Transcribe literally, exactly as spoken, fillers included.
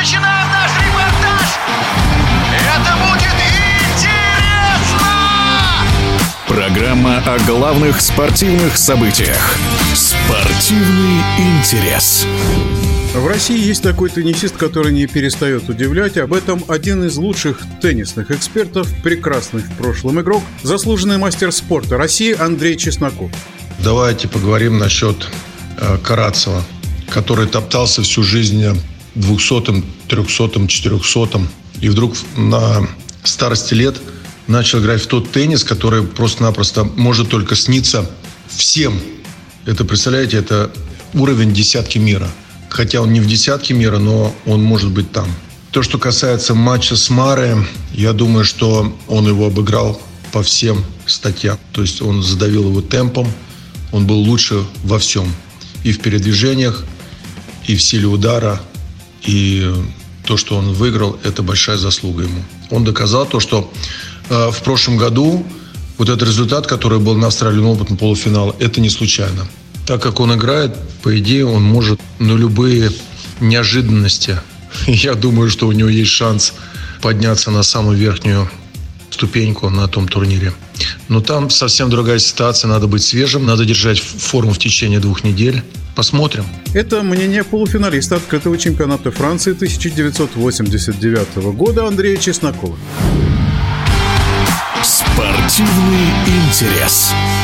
начинаем наш репортаж. Это будет интересно! Программа о главных спортивных событиях. Спортивный интерес. В России есть такой теннисист, который не перестает удивлять. Об этом один из лучших теннисных экспертов, прекрасный в прошлом игрок, заслуженный мастер спорта России Андрей Чесноков. Давайте поговорим насчет э, Карацева, который топтался всю жизнь двухсотым, трехсотым, четырехсотым. И вдруг на старости лет начал играть в тот теннис, который просто-напросто может только сниться всем. Это, представляете, это уровень десятки мира. Хотя он не в десятке мира, но он может быть там. То, что касается матча с Маре, я думаю, что он его обыграл по всем статьям. То есть он задавил его темпом, он был лучше во всем. И в передвижениях, и в силе удара, и то, что он выиграл, это большая заслуга ему. Он доказал то, что э, в прошлом году вот этот результат, который был на Австралиан Опен полуфинала, это не случайно. Так как он играет, по идее, он может на любые неожиданности. Я думаю, что у него есть шанс подняться на самую верхнюю ступеньку на том турнире. Но там совсем другая ситуация. Надо быть свежим, надо держать форму в течение двух недель. Посмотрим. Это мнение полуфиналиста открытого чемпионата Франции тысяча девятьсот восемьдесят девятого года Андрея Чеснокова. Спортивный интерес.